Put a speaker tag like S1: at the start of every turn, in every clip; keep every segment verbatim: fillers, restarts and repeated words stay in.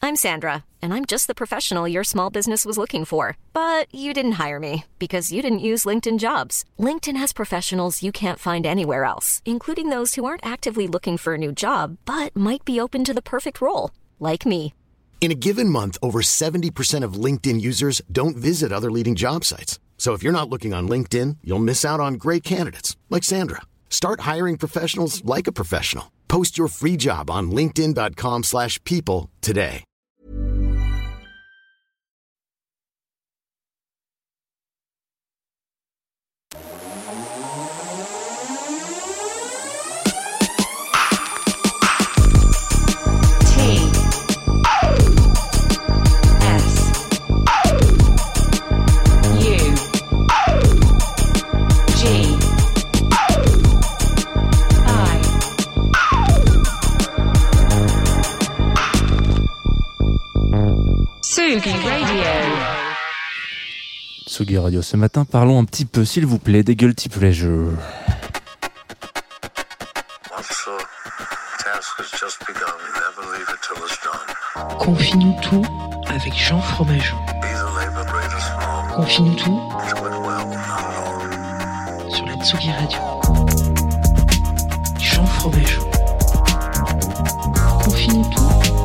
S1: I'm Sandra, and I'm just the professional your small business was looking for. But you didn't hire me because you didn't use LinkedIn Jobs. LinkedIn has professionals you can't find anywhere else, including those who aren't actively looking for a new job, but might be open to the perfect role, like me.
S2: In a given month, over seventy percent of LinkedIn users don't visit other leading job sites. So if you're not looking on LinkedIn, you'll miss out on great candidates like Sandra. Start hiring professionals like a professional. Post your free job on linkedin.com slash people today.
S3: Tsugi Radio.
S4: Tsugi Radio. Ce matin, parlons un petit peu, s'il vous plaît, des guilty pleasures.
S5: Confie-nous tout avec Jean Fromageau. Confie-nous tout sur la Tsugi Radio. Jean Fromageau. Confie-nous tout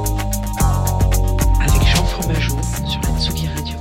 S5: avec Jean Fromageau sur la Tsugi Radio.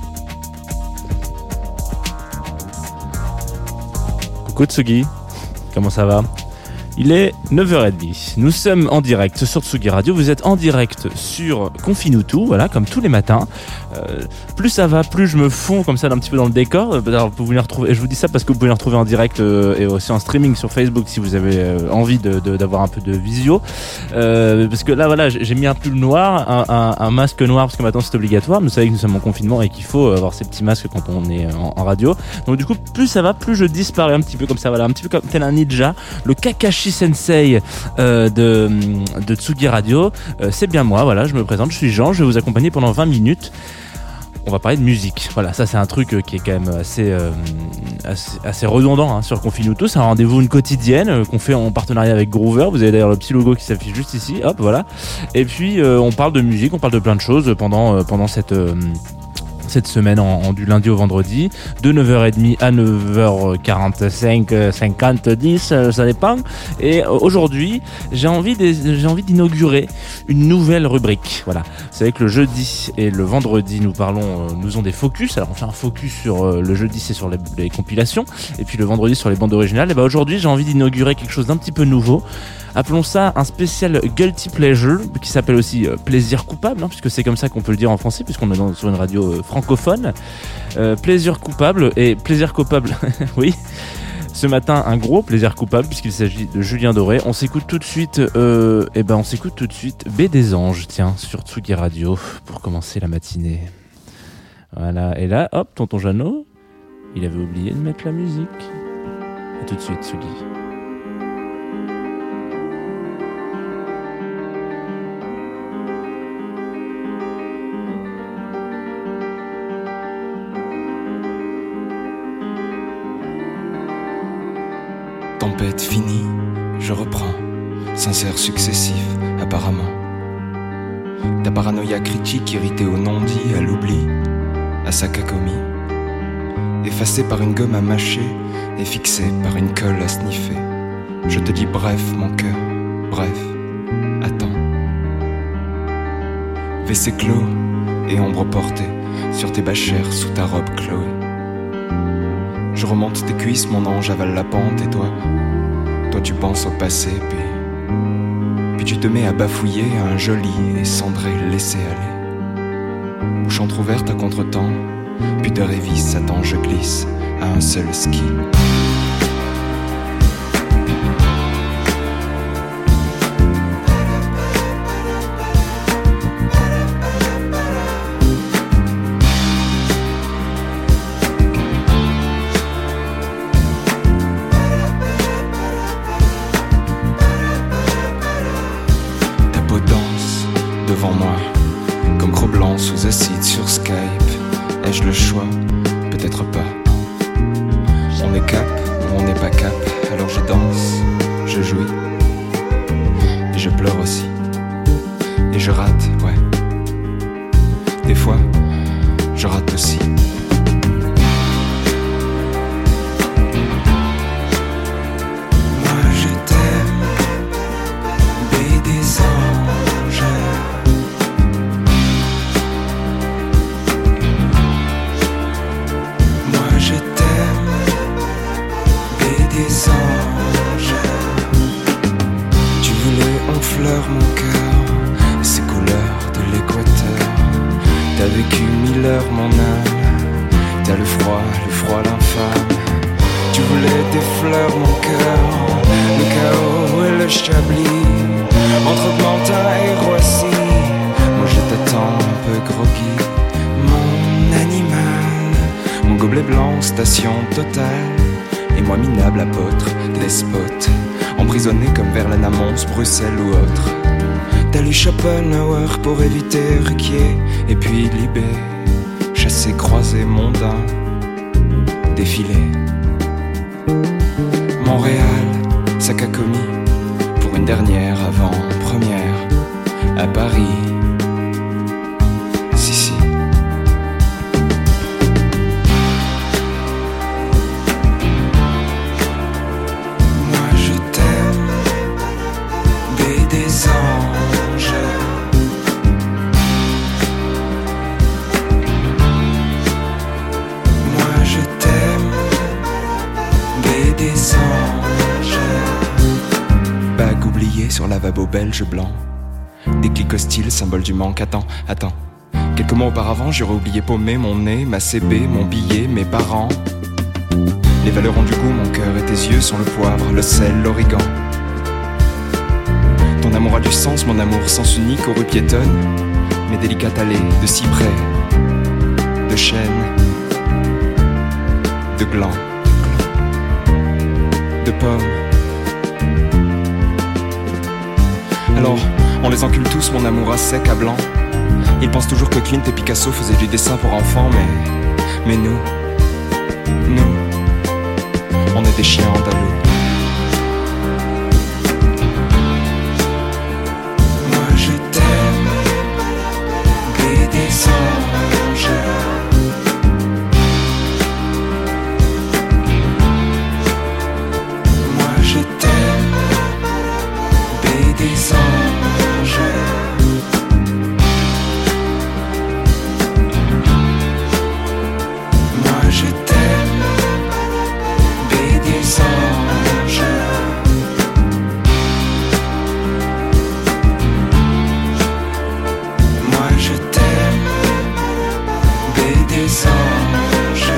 S4: Coucou Tsugi, comment ça va ? Il est neuf heures trente, nous sommes en direct sur Tsugi Radio, vous êtes en direct sur Confie-nous tout, voilà, comme tous les matins. Euh, plus ça va, plus je me fonds comme ça d'un petit peu dans le décor. Alors, vous pouvez les retrouver, et je vous dis ça parce que vous pouvez les retrouver en direct euh, et aussi en streaming sur Facebook si vous avez euh, envie de, de, d'avoir un peu de visio. Euh, parce que là, voilà, j'ai mis un pull noir, un, un, un masque noir parce que maintenant c'est obligatoire. Vous savez que nous sommes en confinement et qu'il faut avoir ces petits masques quand on est en, en radio. Donc du coup, plus ça va, plus je disparais un petit peu comme ça, voilà, un petit peu comme tel un ninja, le Kakashi Sensei euh, de, de Tsugi Radio. Euh, c'est bien moi, voilà, je me présente, je suis Jean, je vais vous accompagner pendant vingt minutes. On va parler de musique. Voilà, ça c'est un truc qui est quand même assez, euh, assez, assez redondant hein, sur Confie-nous tout. C'est un rendez-vous une quotidienne euh, qu'on fait en partenariat avec Groover. Vous avez d'ailleurs le petit logo qui s'affiche juste ici. Hop, voilà. Et puis euh, on parle de musique, on parle de plein de choses pendant, euh, pendant cette... Euh, cette semaine en, en du lundi au vendredi de neuf heures trente à neuf heures quarante-cinq, cinquante, dix, ça dépend. Et aujourd'hui, j'ai envie de, j'ai envie d'inaugurer une nouvelle rubrique. Voilà. Vous savez que le jeudi et le vendredi, nous parlons, nous avons des focus. Alors on fait un focus sur euh, le jeudi, c'est sur les, les compilations, et puis le vendredi sur les bandes originales. Et ben aujourd'hui, j'ai envie d'inaugurer quelque chose d'un petit peu nouveau. Appelons ça un spécial Guilty Pleasure, qui s'appelle aussi euh, plaisir coupable, hein, puisque c'est comme ça qu'on peut le dire en français, puisqu'on est dans, sur une radio euh, francophone. Euh, plaisir coupable et plaisir coupable, oui. Ce matin, un gros plaisir coupable, puisqu'il s'agit de Julien Doré. On s'écoute tout de suite, euh, eh ben on s'écoute tout de suite B des Anges, tiens, sur Tsugi Radio, pour commencer la matinée. Voilà, et là, hop, tonton Jeannot, il avait oublié de mettre la musique. Et tout de suite, Tsugi.
S6: Tempête finie, je reprends, sincère successif, apparemment. Ta paranoïa critique irritée au non-dit, à l'oubli, à sa cacomie. Effacée par une gomme à mâcher et fixée par une colle à sniffer. Je te dis bref, mon cœur, bref, attends. V C clos et ombre portée sur tes bâchères sous ta robe Chloé. Je remonte tes cuisses, mon ange avale la pente et toi, toi tu penses au passé, puis, puis tu te mets à bafouiller à un joli et cendré laisser-aller. Bouche entrouverte à contre-temps, puis de révis, attends je glisse à un seul ski. Devant moi, comme Cro-Blanc sous acide sur Skype. Ai-je le choix ? Peut-être pas. On est cap ou on n'est pas cap. Alors je danse, je jouis. Et je pleure aussi. Et je rate, ouais. dealer mon âme. T'as le froid, le froid, l'infâme. Tu voulais des fleurs, mon cœur. Le chaos et le chablis. Entre Mantin et Roissy. Moi je t'attends un peu groggy. Mon animal. Mon gobelet blanc, station totale. Et moi minable, apôtre, despote. Emprisonné comme Verlaine à Mons, Bruxelles ou autre. T'as lu Schopenhauer pour éviter Ruquier. Et puis Libé, chassé, croisé, mondain, défilé. Montréal, sac à commis, pour une dernière avant-première. À Paris, si si. Moi je t'aime, baie des anges. Moi je t'aime, baie des anges. Bague oubliée sur lavabo belge blanc. Déclic hostile, symbole du manque. Attends, attends. Quelques mois auparavant, j'aurais oublié paumer mon nez, ma C B, mon billet, mes parents. Les valeurs ont du goût, mon cœur et tes yeux sont le poivre, le sel, l'origan. Ton amour a du sens, mon amour, sens unique aux rues piétonnes. Mes délicates allées de cyprès, de chênes, de glands, de pommes. Alors, on les encule tous, mon amour à sec, à blanc. Ils pensent toujours que Klimt et Picasso faisaient du dessin pour enfants, mais... Mais nous... Nous... On est des chiens andalous. Moi je t'aime, baie des anges. Moi je t'aime, baie des anges. Je t'aime, baie des anges. Moi je t'aime, baie des anges.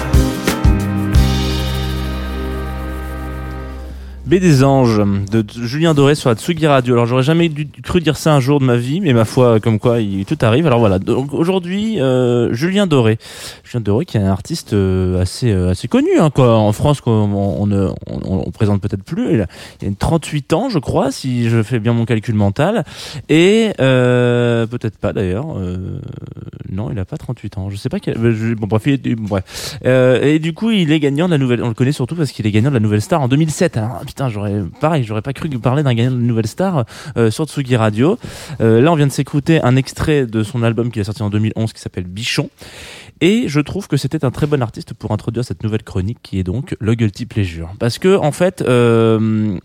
S4: Baie des anges de Julien Doré sur la Tsugi Radio. Alors j'aurais jamais dû, cru dire ça un jour de ma vie, mais ma foi, comme quoi il, tout arrive. Alors voilà, donc aujourd'hui euh, Julien Doré, Julien Doré qui est un artiste euh, assez euh, assez connu hein, quoi. En France, quoi, on, on, on, on, on présente peut-être plus. Il a, il a trente-huit ans, je crois, si je fais bien mon calcul mental, et euh, peut-être pas d'ailleurs. Euh, non, il a pas trente-huit ans. Je sais pas quel. Je, bon bref, il est, bref. Euh, et du coup, il est gagnant de la nouvelle. On le connaît surtout parce qu'il est gagnant de la Nouvelle Star en deux mille sept. Alors, putain, j'aurais pareil, j'aurais pas cru parler d'un gagnant de Nouvelle Star euh, sur Tsugi Radio. Euh, là, on vient de s'écouter un extrait de son album qu'il a sorti en deux mille onze qui s'appelle Bichon. Et je trouve que c'était un très bon artiste pour introduire cette nouvelle chronique qui est donc le Guilty Pleasure. Parce que en fait, euh,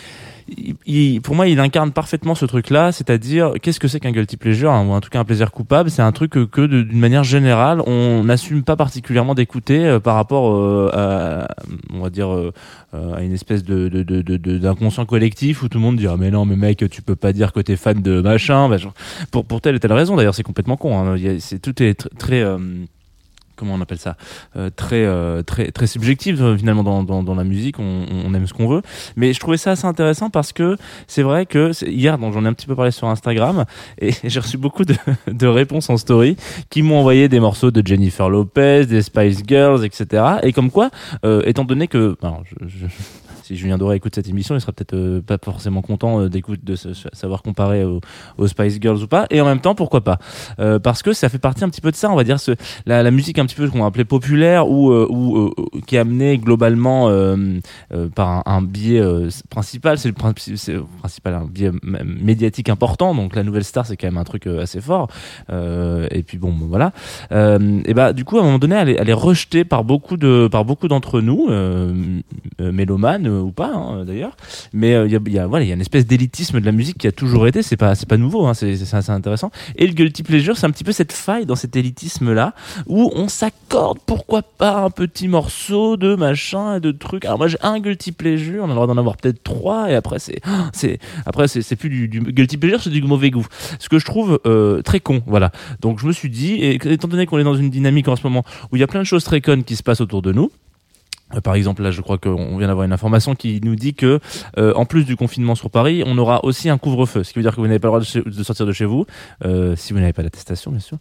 S4: il, il, pour moi, il incarne parfaitement ce truc-là, c'est-à-dire qu'est-ce que c'est qu'un guilty pleasure, hein, ou en tout cas un plaisir coupable. C'est un truc que, que de, d'une manière générale, on n'assume pas particulièrement d'écouter euh, par rapport euh, à, on va dire, euh, à une espèce de, de, de, de, d'inconscient collectif où tout le monde dit ah mais non mais mec tu peux pas dire que t'es fan de machin, bah, genre, pour pour telle et telle raison. D'ailleurs, c'est complètement con. Hein. Il y a, c'est tout est tr- très euh, comment on appelle ça, euh, très euh, très très subjectif euh, finalement dans, dans dans la musique. On, on aime ce qu'on veut, mais je trouvais ça assez intéressant parce que c'est vrai que c'est, hier donc j'en ai un petit peu parlé sur Instagram et j'ai reçu beaucoup de de réponses en story qui m'ont envoyé des morceaux de Jennifer Lopez, des Spice Girls, et cetera. Et comme quoi, euh, étant donné que alors, je, je si Julien Doré écoute cette émission, il sera peut-être euh, pas forcément content euh, d'écouter, de se, savoir comparer aux, aux Spice Girls ou pas. Et en même temps, pourquoi pas euh, parce que ça fait partie un petit peu de ça, on va dire, ce, la, la musique un petit peu qu'on va appeler populaire ou, euh, ou euh, qui est amenée globalement euh, euh, par un, un biais euh, principal. C'est le principe, c'est le principal, un biais médiatique important. Donc la Nouvelle Star, c'est quand même un truc euh, assez fort. Euh, et puis bon, bon voilà. Euh, et bah du coup, à un moment donné, elle est, elle est rejetée par beaucoup de, par beaucoup d'entre nous, euh, euh, mélomanes ou pas hein, d'ailleurs. Mais il euh, y a, y a voilà, il y a une espèce d'élitisme de la musique qui a toujours été. C'est pas, c'est pas nouveau. Hein, c'est, c'est assez intéressant. Et le guilty pleasure, c'est un petit peu cette faille dans cet élitisme là où on s'accorde, pourquoi pas, un petit morceau de machin et de trucs. Alors moi j'ai un guilty pleasure, on a le droit d'en avoir peut-être trois et après c'est, c'est après c'est, c'est plus du, du guilty pleasure, c'est du mauvais goût. Ce que je trouve euh, très con, voilà. Donc je me suis dit, et étant donné qu'on est dans une dynamique en ce moment où il y a plein de choses très connes qui se passent autour de nous. Par exemple, là, je crois qu'on vient d'avoir une information qui nous dit que, euh, en plus du confinement sur Paris, on aura aussi un couvre-feu, ce qui veut dire que vous n'avez pas le droit de, chez, de sortir de chez vous, euh, si vous n'avez pas l'attestation, bien sûr.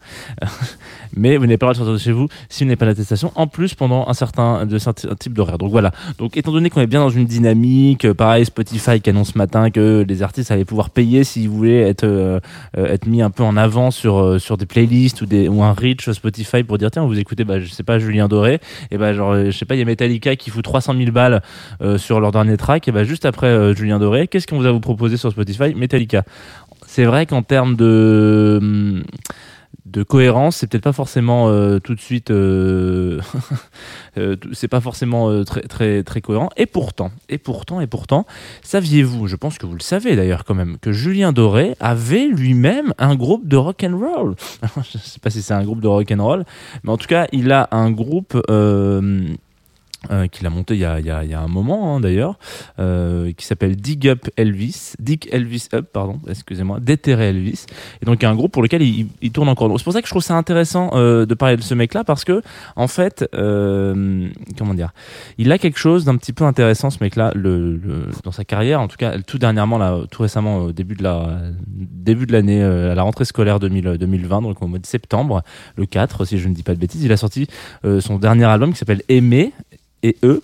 S4: Mais vous n'avez pas le droit de sortir de chez vous si vous n'avez pas l'attestation, en plus pendant un certain, de certain type d'horaire. Donc voilà. Donc, étant donné qu'on est bien dans une dynamique, pareil, Spotify qui annonce ce matin que les artistes allaient pouvoir payer s'ils voulaient être, euh, être mis un peu en avant sur, euh, sur des playlists ou des, ou un reach Spotify pour dire, tiens, vous écoutez, bah, je sais pas, Julien Doré, et bah, genre, je sais pas, il y a Metallica qui fout trois cent mille balles euh, sur leur dernier track, et bah juste après euh, Julien Doré, qu'est-ce qu'on vous a vous proposé sur Spotify? Metallica. C'est vrai qu'en termes de de cohérence, c'est peut-être pas forcément euh, tout de suite euh, euh, c'est pas forcément euh, très très très cohérent, et pourtant et pourtant et pourtant saviez-vous, je pense que vous le savez d'ailleurs quand même, que Julien Doré avait lui-même un groupe de rock and roll. Je sais pas si c'est un groupe de rock and roll, mais en tout cas il a un groupe euh, Euh, qu'il a monté il y a, il y a, il y a un moment hein, d'ailleurs, euh, qui s'appelle Dig Up Elvis, Dig Elvis Up, pardon, excusez-moi, Déterrer Elvis. Et donc il y a un groupe pour lequel il, il tourne encore. Donc, c'est pour ça que je trouve ça intéressant euh, de parler de ce mec-là, parce que en fait, euh, comment dire, il a quelque chose d'un petit peu intéressant, ce mec-là, le, le, dans sa carrière, en tout cas tout dernièrement, là, tout récemment, au début de la début de l'année, euh, à la rentrée scolaire deux mille, deux mille vingt, donc au mois de septembre, le quatre, si je ne dis pas de bêtises, il a sorti euh, son dernier album qui s'appelle Aimer et eux,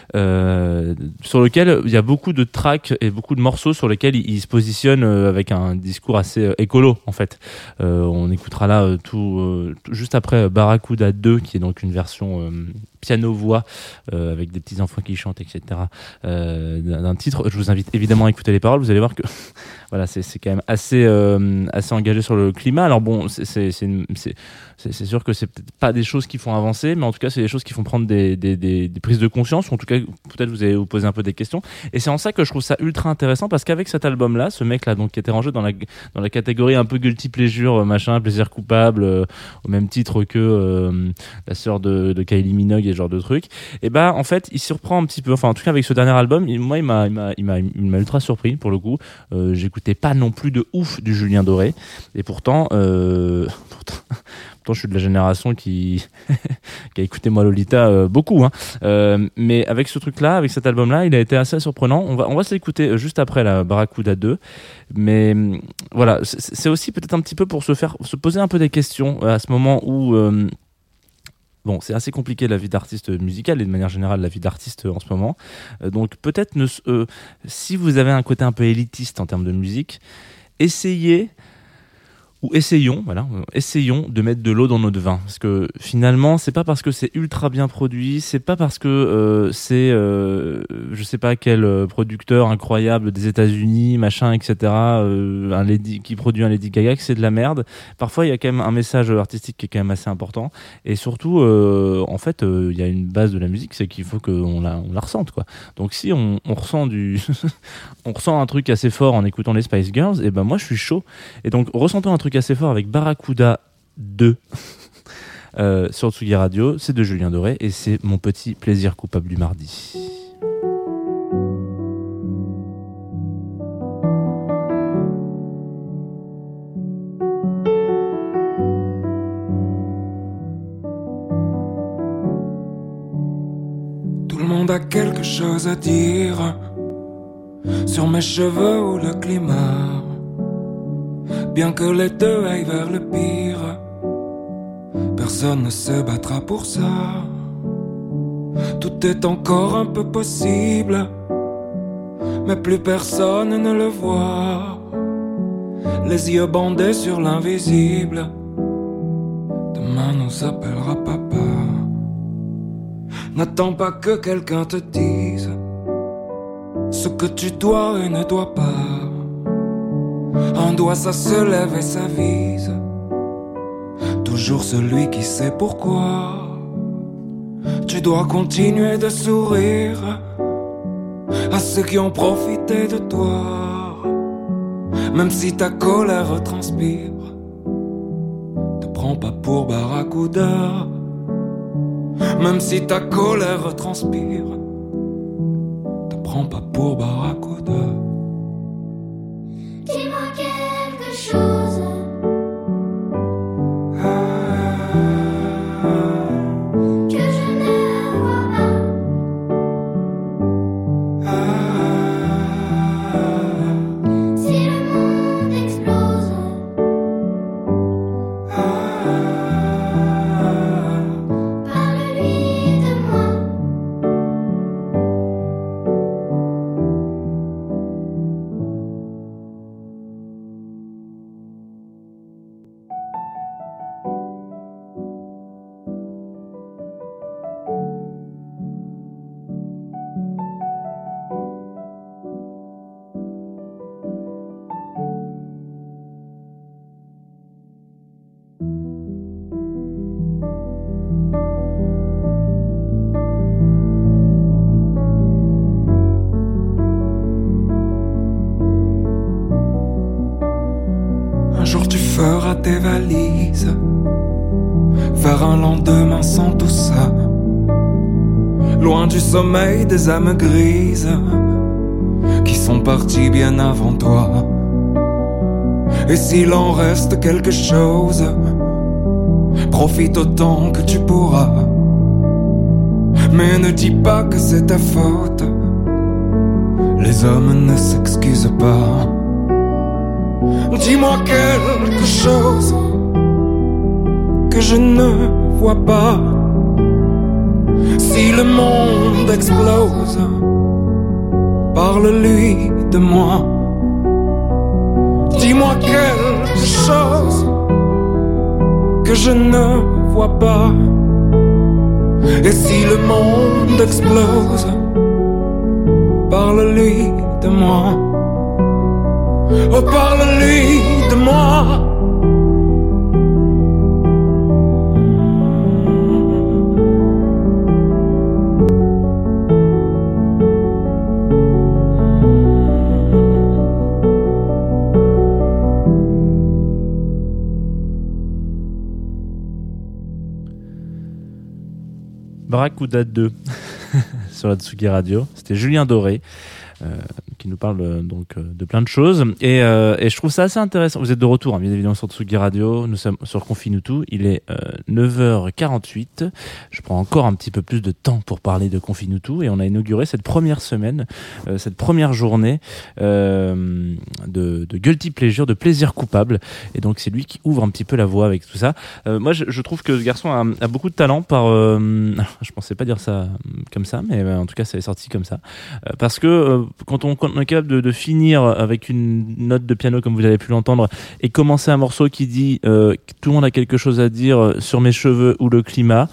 S4: euh, sur lequel il y a beaucoup de tracks et beaucoup de morceaux sur lesquels il, il se positionne euh, avec un discours assez euh, écolo en fait. Euh, on écoutera là euh, tout, euh, tout juste après Barracuda deux, qui est donc une version euh, piano-voix euh, avec des petits enfants qui chantent, et cetera. Euh, d'un titre. Je vous invite évidemment à écouter les paroles. Vous allez voir que voilà, c'est, c'est quand même assez euh, assez engagé sur le climat. Alors bon, c'est c'est c'est, une, c'est c'est c'est sûr que c'est peut-être pas des choses qui font avancer, mais en tout cas c'est des choses qui font prendre des des des, des prises de conscience, ou en tout cas peut-être vous allez vous poser un peu des questions. Et c'est en ça que je trouve ça ultra intéressant, parce qu'avec cet album là, ce mec là, donc qui était rangé dans la dans la catégorie un peu guilty pleasure, machin, plaisir coupable, euh, au même titre que euh, la sœur de de Kylie Minogue et ce genre de trucs, et bah en fait il surprend un petit peu, enfin en tout cas avec ce dernier album, il, moi il m'a il m'a il m'a il m'a ultra surpris pour le coup. Euh, j'écoutais pas non plus de ouf du Julien Doré, et pourtant euh, pourtant Pourtant, je suis de la génération qui, qui a écouté moi Lolita euh, beaucoup, hein. Euh, mais avec ce truc-là, avec cet album-là, il a été assez surprenant. On va, on va se l'écouter juste après la Barracuda deux. Mais voilà, c'est, c'est aussi peut-être un petit peu pour se faire, se poser un peu des questions à ce moment où. Euh, Bon, c'est assez compliqué la vie d'artiste musicale, et de manière générale la vie d'artiste en ce moment. Euh, donc peut-être, ne, euh, si vous avez un côté un peu élitiste en termes de musique, essayez, ou essayons, voilà, essayons de mettre de l'eau dans notre vin. Parce que finalement, c'est pas parce que c'est ultra bien produit, c'est pas parce que euh, c'est, euh, je sais pas quel producteur incroyable des États-Unis, machin, et cetera, euh, un Lady, qui produit un Lady Gaga, que c'est de la merde. Parfois, il y a quand même un message artistique qui est quand même assez important. Et surtout, euh, en fait, il euh, y a une base de la musique, c'est qu'il faut qu'on la, on la ressente, quoi. Donc si on, on ressent du, on ressent un truc assez fort en écoutant les Spice Girls, et ben moi je suis chaud. Et donc ressentons un truc assez fort avec Barracuda deux euh, sur Tsugi Radio. C'est de Julien Doré et c'est mon petit plaisir coupable du mardi.
S7: Tout le monde a quelque chose à dire sur mes cheveux ou le climat. Bien que les deux aillent vers le pire, personne ne se battra pour ça. Tout est encore un peu possible, mais plus personne ne le voit. Les yeux bandés sur l'invisible, demain nous appellera papa. N'attends pas que quelqu'un te dise ce que tu dois et ne dois pas. Un doigt ça se lève et s'avise, toujours celui qui sait pourquoi. Tu dois continuer de sourire ceux qui ont profité de toi, même si ta colère transpire, te prends pas pour barracuda. Même si ta colère transpire, te prends pas pour barracuda.
S8: Dis-moi quelque chose.
S7: Feras tes valises vers un lendemain sans tout ça, loin du sommeil des âmes grises qui sont parties bien avant toi. Et s'il en reste quelque chose, profite autant que tu pourras, mais ne dis pas que c'est ta faute. Les hommes ne s'excusent pas. Dis-moi quelque chose que je ne vois pas. Si le monde explose, parle-lui de moi. Dis-moi quelque chose que je ne vois pas. Et si le monde explose, parle-lui de moi. Oh, parle-lui de moi.
S4: Barracuda deux sur la Tsugi Radio. C'était Julien Doré. Euh, qui nous parle euh, donc euh, de plein de choses et, euh, et je trouve ça assez intéressant. Vous êtes de retour hein, bien évidemment sur Tsugi Radio, nous sommes sur Confinutu, il est euh, neuf heures quarante-huit, je prends encore un petit peu plus de temps pour parler de Confinutu et on a inauguré cette première semaine, euh, cette première journée euh, de, de Guilty Pleasure, de plaisir coupable, et donc c'est lui qui ouvre un petit peu la voie avec tout ça. Euh, moi je, je trouve que ce garçon a, a beaucoup de talent par, euh, je pensais pas dire ça comme ça, mais en tout cas ça est sorti comme ça, euh, parce que euh, Quand on, quand on est capable de, de finir avec une note de piano comme vous avez pu l'entendre et commencer un morceau qui dit euh, tout le monde a quelque chose à dire sur mes cheveux ou le climat,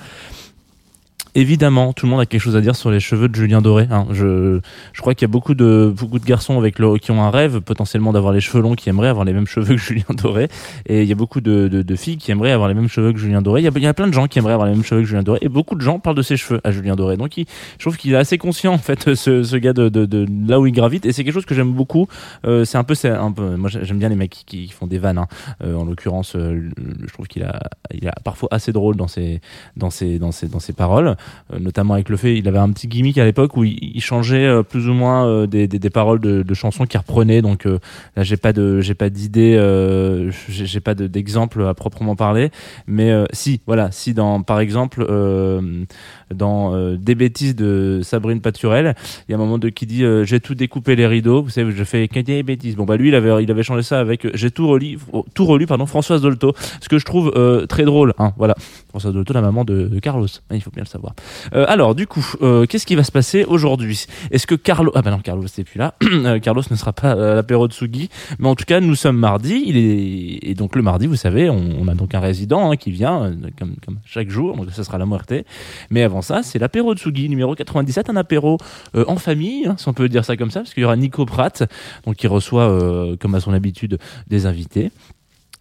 S4: évidemment, tout le monde a quelque chose à dire sur les cheveux de Julien Doré. Hein. Je, je crois qu'il y a beaucoup de, beaucoup de garçons avec le, qui ont un rêve potentiellement d'avoir les cheveux longs, qui aimeraient avoir les mêmes cheveux que Julien Doré. Et il y a beaucoup de, de, de filles qui aimeraient avoir les mêmes cheveux que Julien Doré. Il y a, il y a plein de gens qui aimeraient avoir les mêmes cheveux que Julien Doré. Et beaucoup de gens parlent de ses cheveux à Julien Doré. Donc il, je trouve qu'il est assez conscient, en fait, ce, ce gars de, de, de là où il gravite. Et c'est quelque chose que j'aime beaucoup. Euh, c'est un peu, c'est un peu, moi j'aime bien les mecs qui, qui font des vannes. Hein. Euh, en l'occurrence, euh, je trouve qu'il a, il a parfois assez drôle dans ses, dans ses, dans ses, dans ses paroles. Euh, notamment avec le fait, il avait un petit gimmick à l'époque où il, il changeait euh, plus ou moins euh, des, des, des paroles de, de chansons qu'il reprenait. Donc euh, là, j'ai pas de, j'ai pas d'idée, euh, j'ai, j'ai pas de, d'exemple à proprement parler. Mais euh, si, voilà, si dans, par exemple, euh, dans euh, Des bêtises de Sabrine Paturel, il y a un moment de qui dit euh, j'ai tout découpé les rideaux. Vous savez, je fais qu'un des bêtises. Bon bah lui, il avait, il avait changé ça avec euh, j'ai tout relu, tout relu, pardon, Françoise Dolto. Ce que je trouve euh, très drôle. Hein, voilà, Françoise Dolto, la maman de, de Carlos. Il faut bien le savoir. Euh, alors du coup, euh, qu'est-ce qui va se passer aujourd'hui? Est-ce que Carlos... Ah bah non, Carlos n'est plus là. Carlos ne sera pas à l'apéro de Tsugi. Mais en tout cas, nous sommes mardi. Il est... Et donc le mardi, vous savez, on, on a donc un résident hein, qui vient, euh, comme, comme chaque jour. Donc ça sera la Muerte. Mais avant ça, c'est l'apéro de Tsugi, numéro quatre-vingt-dix-sept. Un apéro euh, en famille, hein, si on peut dire ça comme ça. Parce qu'il y aura Nico Pratt, donc qui reçoit, euh, comme à son habitude, des invités.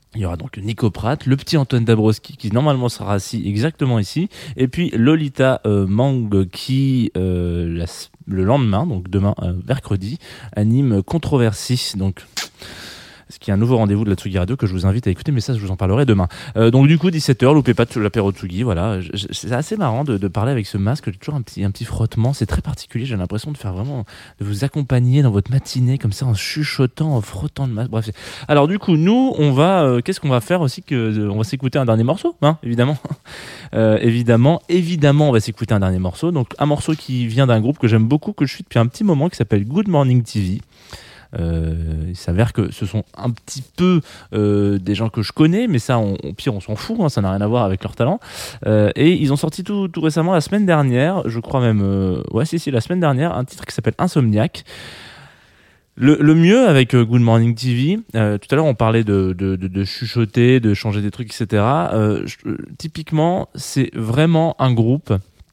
S4: Il y aura donc Nico Pratt, le petit Antoine Dabrowski qui normalement sera assis exactement ici, et puis Lolita euh, Mang qui euh, la, le lendemain, donc demain euh, mercredi, anime Controversie. Donc ce qui est un nouveau rendez-vous de la Tsugi Radio que je vous invite à écouter, mais ça je vous en parlerai demain. Euh, donc du coup dix-sept heures, loupez pas l'apéro Tsugi, voilà. Je, je, c'est assez marrant de, de parler avec ce masque, j'ai toujours un petit, un petit frottement, c'est très particulier, j'ai l'impression de faire vraiment, de vous accompagner dans votre matinée comme ça en chuchotant, en frottant le masque, bref. Alors du coup nous on va, euh, qu'est-ce qu'on va faire aussi que, euh, on va s'écouter un dernier morceau, hein, évidemment. Euh, évidemment, évidemment on va s'écouter un dernier morceau, donc un morceau qui vient d'un groupe que j'aime beaucoup, que je suis depuis un petit moment, qui s'appelle Good Morning T V. Euh, il s'avère que ce sont un petit peu euh, des gens que je connais, mais ça, on, au pire, on s'en fout, hein, ça n'a rien à voir avec leur talent. Euh, et ils ont sorti tout, tout récemment, la semaine dernière, je crois même, euh, ouais, si, si, la semaine dernière, un titre qui s'appelle Insomniac. Le, le mieux avec euh, Good Morning T V, euh, tout à l'heure on parlait de, de, de, de chuchoter, de changer des trucs, et cetera. Euh, je, typiquement, c'est vraiment un groupe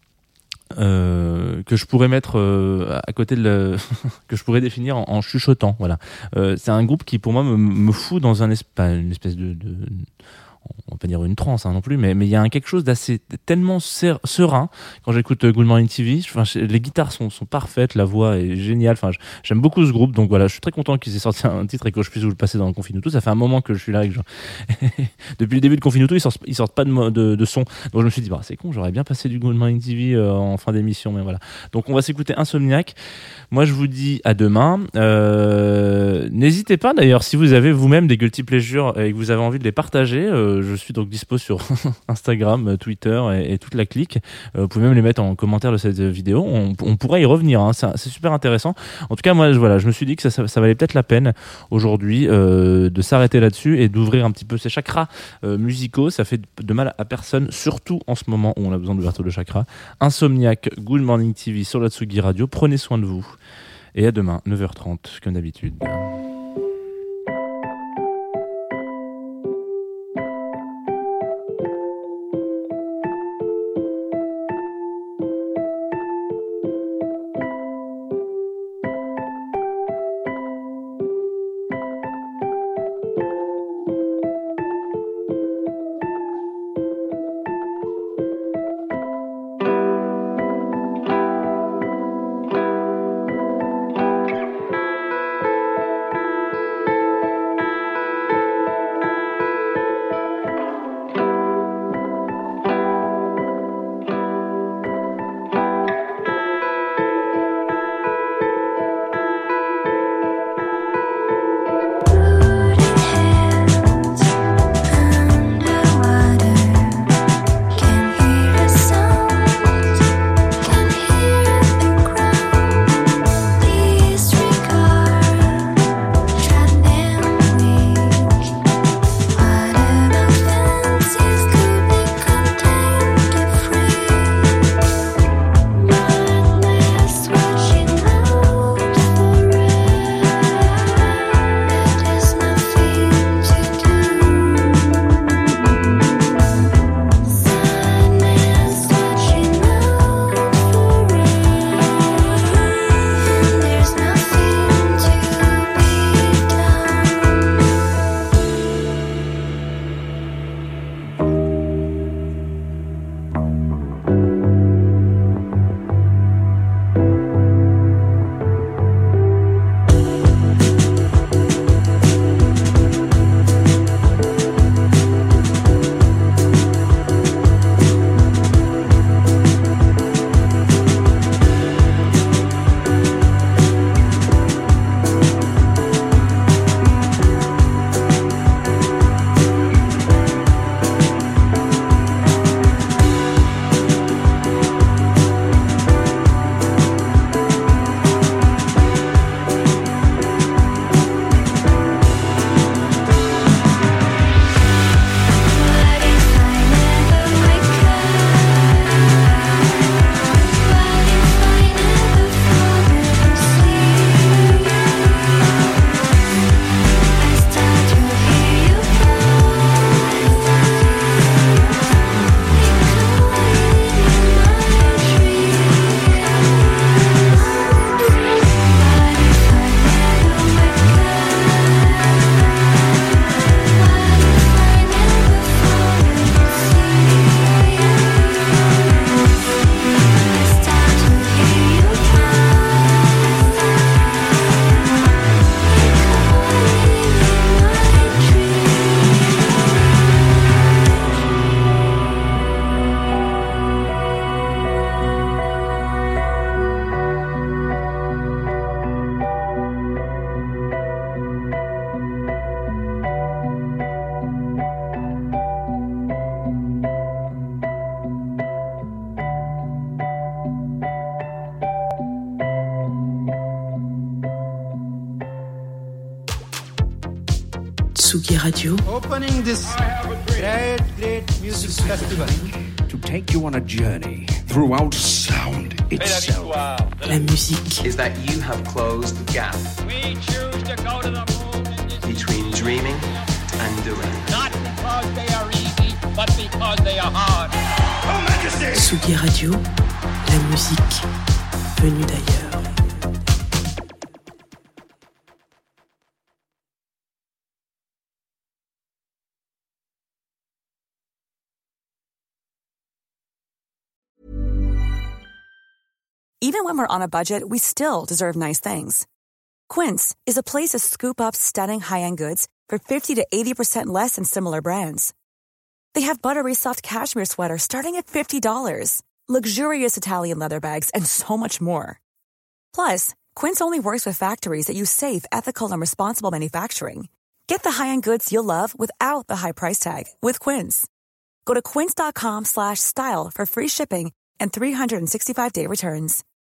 S4: Euh, que je pourrais mettre euh, à côté de le que je pourrais définir en, en chuchotant, voilà. Euh, c'est un groupe qui pour moi me, me fout dans un esp- pas une espèce de, de on va pas dire une transe hein, non plus, mais mais il y a un quelque chose d'assez tellement ser- serein quand j'écoute Good Morning T V. Enfin, les guitares sont sont parfaites, la voix est géniale. Enfin, j'aime beaucoup ce groupe, donc voilà, je suis très content qu'ils aient sorti un titre et que je puisse vous le passer dans le Confinuto. Ça fait un moment que je suis là, et que je... depuis le début de Confinuto, ils sortent ils sortent pas de, mo- de de son, donc je me suis dit bah c'est con, j'aurais bien passé du Good Morning T V euh, en fin d'émission, mais voilà. Donc on va s'écouter Insomniac. Moi, je vous dis à demain. Euh, n'hésitez pas d'ailleurs, si vous avez vous-même des guilty pleasures et que vous avez envie de les partager, euh, je suis donc dispo sur Instagram, Twitter et, et toute la clique. Euh, vous pouvez même les mettre en commentaire de cette vidéo. On, on pourrait y revenir, hein. c'est, c'est super intéressant. En tout cas, moi, je, voilà, je me suis dit que ça, ça, ça valait peut-être la peine aujourd'hui euh, de s'arrêter là-dessus et d'ouvrir un petit peu ces chakras euh, musicaux. Ça fait de mal à personne, surtout en ce moment où on a besoin d'ouverture de chakras. Insomniac, Good Morning T V sur la Tsugi Radio. Prenez soin de vous. Et à demain, neuf heures trente, comme d'habitude.
S5: Tsugi Radio.
S9: Opening this great, great music festival
S10: to take you on a journey throughout sound itself.
S5: La musique.
S11: Is that you have closed the gap.
S12: We choose to go to the moon
S11: between dreaming and doing.
S12: Not because they are easy, but because they are hard.
S9: Oh, Majesty!
S5: Tsugi Radio, la musique venue d'ailleurs.
S13: Even when we're on a budget, we still deserve nice things. Quince is a place to scoop up stunning high-end goods for fifty to eighty percent less than similar brands. They have buttery soft cashmere sweaters starting at fifty dollars, luxurious Italian leather bags, and so much more. Plus, Quince only works with factories that use safe, ethical, and responsible manufacturing. Get the high-end goods you'll love without the high price tag with Quince. Go to quince.com slash style for free shipping and three sixty-five day returns.